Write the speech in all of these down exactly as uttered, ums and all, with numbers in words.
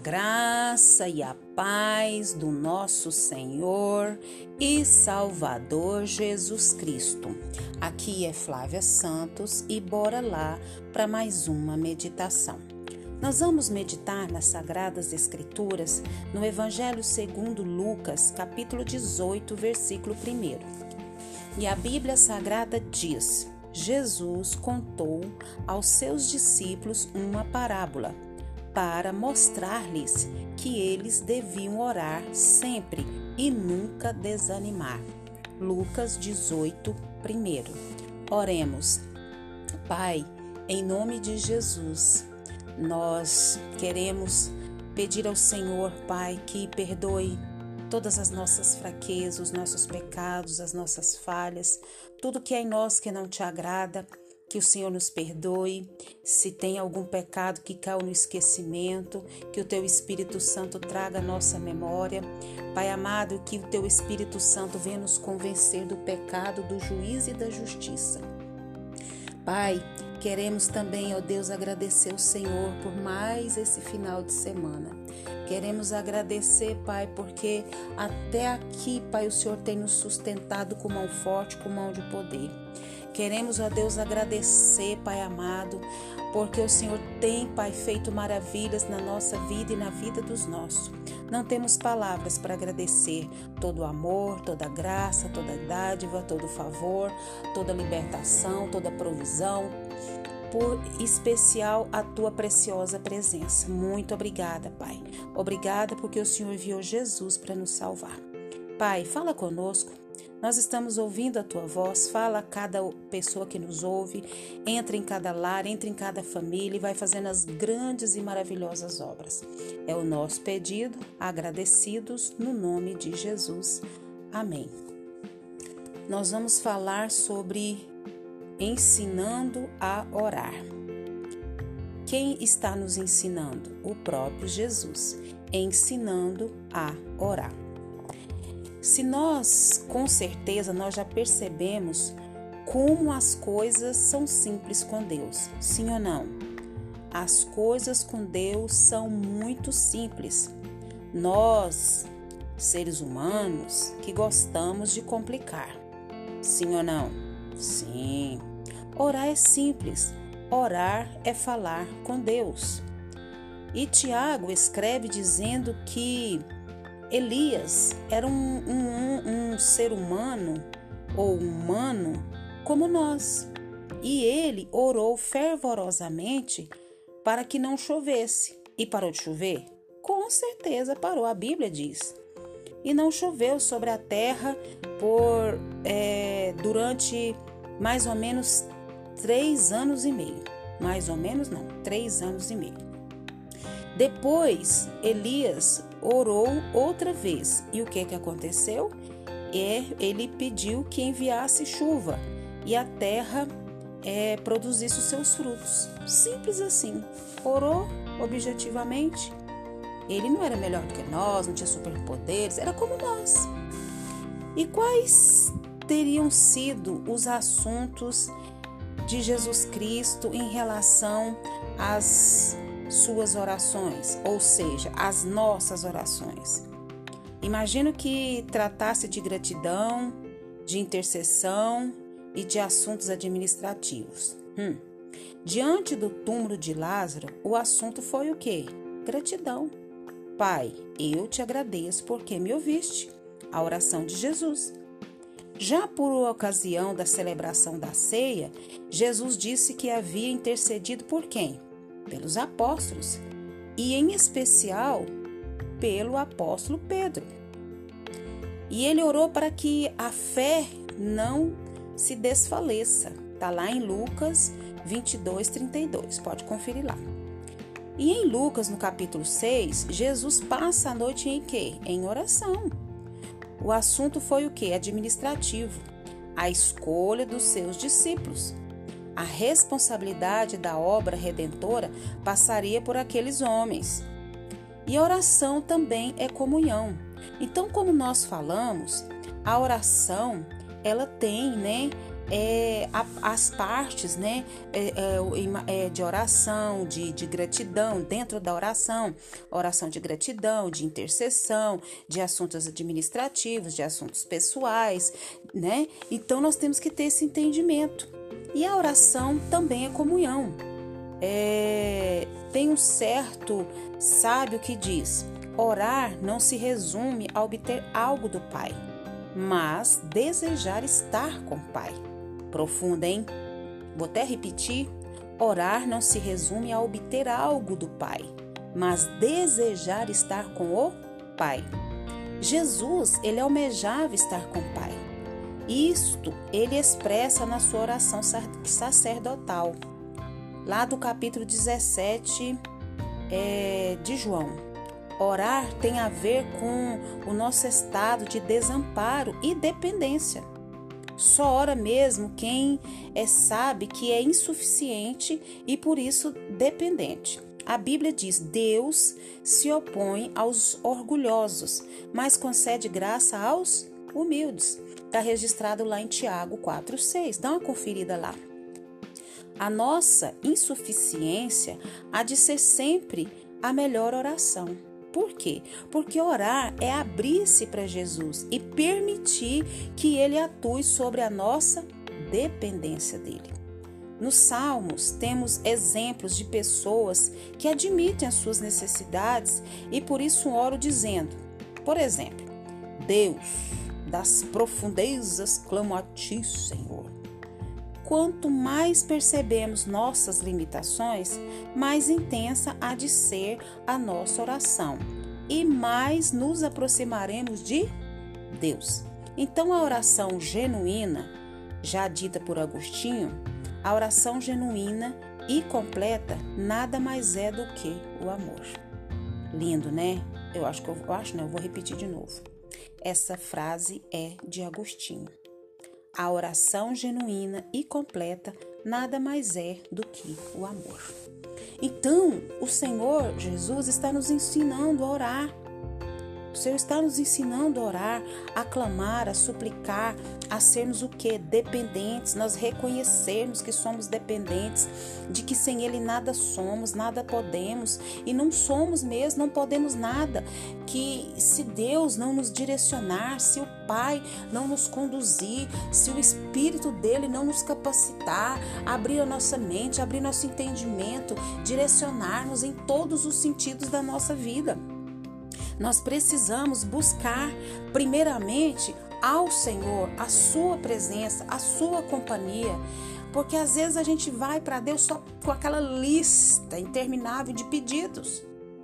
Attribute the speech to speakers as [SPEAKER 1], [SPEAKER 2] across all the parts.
[SPEAKER 1] graça e a paz do nosso Senhor e Salvador Jesus Cristo. Aqui é Flávia Santos e bora lá para mais uma meditação. Nós vamos meditar nas Sagradas Escrituras no Evangelho segundo Lucas, capítulo dezoito, versículo primeiro. E a Bíblia Sagrada diz: Jesus contou aos seus discípulos uma parábola para mostrar-lhes que eles deviam orar sempre e nunca desanimar. Lucas dezoito, primeiro. Oremos. Pai, em nome de Jesus, nós queremos pedir ao Senhor, Pai, que perdoe todas as nossas fraquezas, os nossos pecados, as nossas falhas, tudo que é em nós que não te agrada, que o Senhor nos perdoe. Se tem algum pecado que caiu no esquecimento, que o Teu Espírito Santo traga a nossa memória. Pai amado, que o Teu Espírito Santo venha nos convencer do pecado, do juízo e da justiça. Pai, queremos também, ó Deus, agradecer ao Senhor por mais esse final de semana. Queremos agradecer, Pai, porque até aqui, Pai, o Senhor tem nos sustentado com mão forte, com mão de poder. Queremos, ó Deus, agradecer, Pai amado, porque o Senhor tem, Pai, feito maravilhas na nossa vida e na vida dos nossos. Não temos palavras para agradecer todo o amor, toda a graça, toda a dádiva, todo o favor, toda a libertação, toda a provisão, por especial a Tua preciosa presença. Muito obrigada, Pai. Obrigada porque o Senhor enviou Jesus para nos salvar. Pai, fala conosco. Nós estamos ouvindo a Tua voz, fala a cada pessoa que nos ouve, entra em cada lar, entra em cada família e vai fazendo as grandes e maravilhosas obras. É o nosso pedido, agradecidos no nome de Jesus. Amém. Nós vamos falar sobre ensinando a orar. Quem está nos ensinando? O próprio Jesus, ensinando a orar. Se nós, com certeza, nós já percebemos como as coisas são simples com Deus, sim ou não? As coisas com Deus são muito simples. Nós, seres humanos, que gostamos de complicar, sim ou não? Sim. Orar é simples. Orar é falar com Deus. E Tiago escreve dizendo que Elias era um, um, um ser humano ou humano como nós. E ele orou fervorosamente para que não chovesse. E parou de chover? Com certeza parou, a Bíblia diz. E não choveu sobre a terra por é, durante mais ou menos três anos e meio. Mais ou menos não, três anos e meio. Depois, Elias orou outra vez. E o que que aconteceu? É, ele pediu que enviasse chuva e a terra é, produzisse os seus frutos. Simples assim. Orou objetivamente. Ele não era melhor do que nós, não tinha superpoderes, era como nós. E quais teriam sido os assuntos de Jesus Cristo em relação às suas orações, ou seja, as nossas orações? Imagino que tratasse de gratidão, de intercessão e de assuntos administrativos. Hum. Diante do túmulo de Lázaro, o assunto foi o quê? Gratidão. Pai, eu te agradeço porque me ouviste. A oração de Jesus. Já por ocasião da celebração da ceia, Jesus disse que havia intercedido por quem? Pelos apóstolos, e em especial pelo apóstolo Pedro. E ele orou para que a fé não se desfaleça. Está lá em Lucas vinte e dois, trinta e dois, pode conferir lá. E em Lucas, no capítulo seis, Jesus passa a noite em quê? Em oração. O assunto foi o quê? Administrativo. A escolha dos seus discípulos. A responsabilidade da obra redentora passaria por aqueles homens. E a oração também é comunhão. Então, como nós falamos, a oração, ela tem, né, é, a, as partes, né, é, é, é, de oração, de, de gratidão, dentro da oração, oração de gratidão, de intercessão, de assuntos administrativos, de assuntos pessoais, né? Então nós temos que ter esse entendimento. E a oração também é comunhão. É, tem um certo sábio que diz: orar não se resume a obter algo do Pai, mas desejar estar com o Pai. Profunda, hein? Vou até repetir. Orar não se resume a obter algo do Pai, mas desejar estar com o Pai. Jesus, ele almejava estar com o Pai. Isto ele expressa na sua oração sacerdotal, lá do capítulo dezessete é, de João. Orar tem a ver com o nosso estado de desamparo e dependência. Só ora mesmo quem é, sabe que é insuficiente e por isso dependente. A Bíblia diz: Deus se opõe aos orgulhosos, mas concede graça aos humildes. Está registrado lá em Tiago quatro, seis. Dá uma conferida lá. A nossa insuficiência há de ser sempre a melhor oração. Por quê? Porque orar é abrir-se para Jesus e permitir que Ele atue sobre a nossa dependência dEle. Nos Salmos, temos exemplos de pessoas que admitem as suas necessidades e por isso oram dizendo, por exemplo: Deus, das profundezas clamo a Ti, Senhor. Quanto mais percebemos nossas limitações, mais intensa há de ser a nossa oração e mais nos aproximaremos de Deus. Então, a oração genuína, já dita por Agostinho, a oração genuína e completa nada mais é do que o amor. Lindo, né? Eu acho que eu, eu acho, não, eu vou repetir de novo. Essa frase é de Agostinho. A oração genuína e completa nada mais é do que o amor. Então, o Senhor Jesus está nos ensinando a orar. O Senhor está nos ensinando a orar, a clamar, a suplicar, a sermos o quê? Dependentes. Nós reconhecermos que somos dependentes, de que sem Ele nada somos, nada podemos, e não somos mesmo, não podemos nada, que se Deus não nos direcionar, se o Pai não nos conduzir, se o Espírito dele não nos capacitar, abrir a nossa mente, abrir nosso entendimento, direcionar-nos em todos os sentidos da nossa vida. Nós precisamos buscar, primeiramente, ao Senhor, a sua presença, a sua companhia, porque às vezes a gente vai para Deus só com aquela lista interminável de pedidos,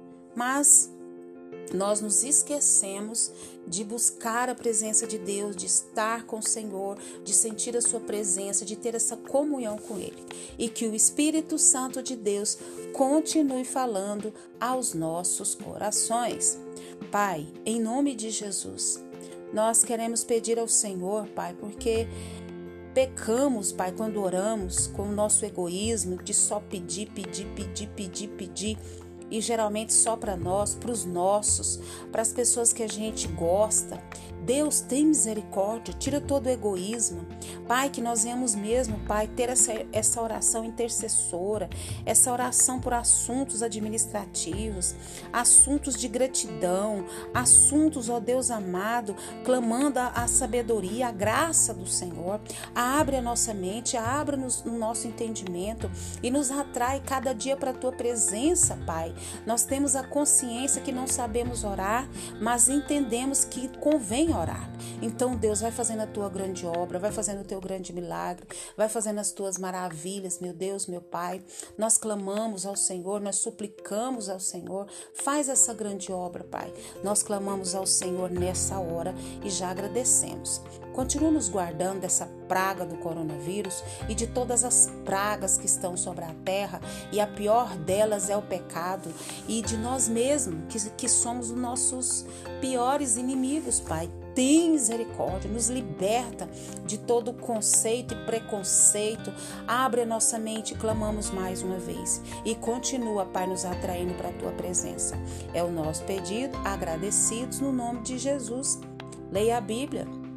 [SPEAKER 1] mas nós nos esquecemos de buscar a presença de Deus, de estar com o Senhor, de sentir a sua presença, de ter essa comunhão com Ele. E que o Espírito Santo de Deus continue falando aos nossos corações. Pai, em nome de Jesus, nós queremos pedir ao Senhor, Pai, porque pecamos, Pai, quando oramos com o nosso egoísmo de só pedir, pedir, pedir, pedir, pedir, e geralmente só para nós, para os nossos, para as pessoas que a gente gosta. Deus, tem misericórdia, tira todo o egoísmo. Pai, que nós venhamos mesmo, Pai, ter essa, essa oração intercessora, essa oração por assuntos administrativos, assuntos de gratidão, assuntos, ó Deus amado, clamando a, a sabedoria, a graça do Senhor. Abre a nossa mente, abre nos, no nosso entendimento e nos atrai cada dia para a Tua presença, Pai. Nós temos a consciência que não sabemos orar, mas entendemos que convém orar. Então, Deus, vai fazendo a Tua grande obra, vai fazendo o Teu grande milagre, vai fazendo as Tuas maravilhas, meu Deus, meu Pai. Nós clamamos ao Senhor, nós suplicamos ao Senhor, faz essa grande obra, Pai. Nós clamamos ao Senhor nessa hora e já agradecemos. Continua nos guardando dessa praga do coronavírus e de todas as pragas que estão sobre a terra, e a pior delas é o pecado, e de nós mesmos, que, que somos os nossos piores inimigos, Pai. Tem misericórdia, nos liberta de todo conceito e preconceito. Abre a nossa mente e clamamos mais uma vez. E continua, Pai, nos atraindo para a Tua presença. É o nosso pedido, agradecidos no nome de Jesus. Leia a Bíblia.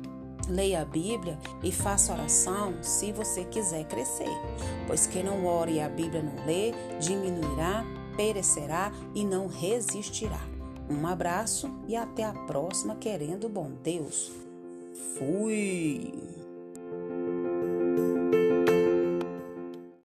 [SPEAKER 1] Leia a Bíblia e faça oração se você quiser crescer, pois quem não ora e a Bíblia não lê, diminuirá, perecerá e não resistirá. Um abraço e até a próxima, querendo bom Deus. Fui!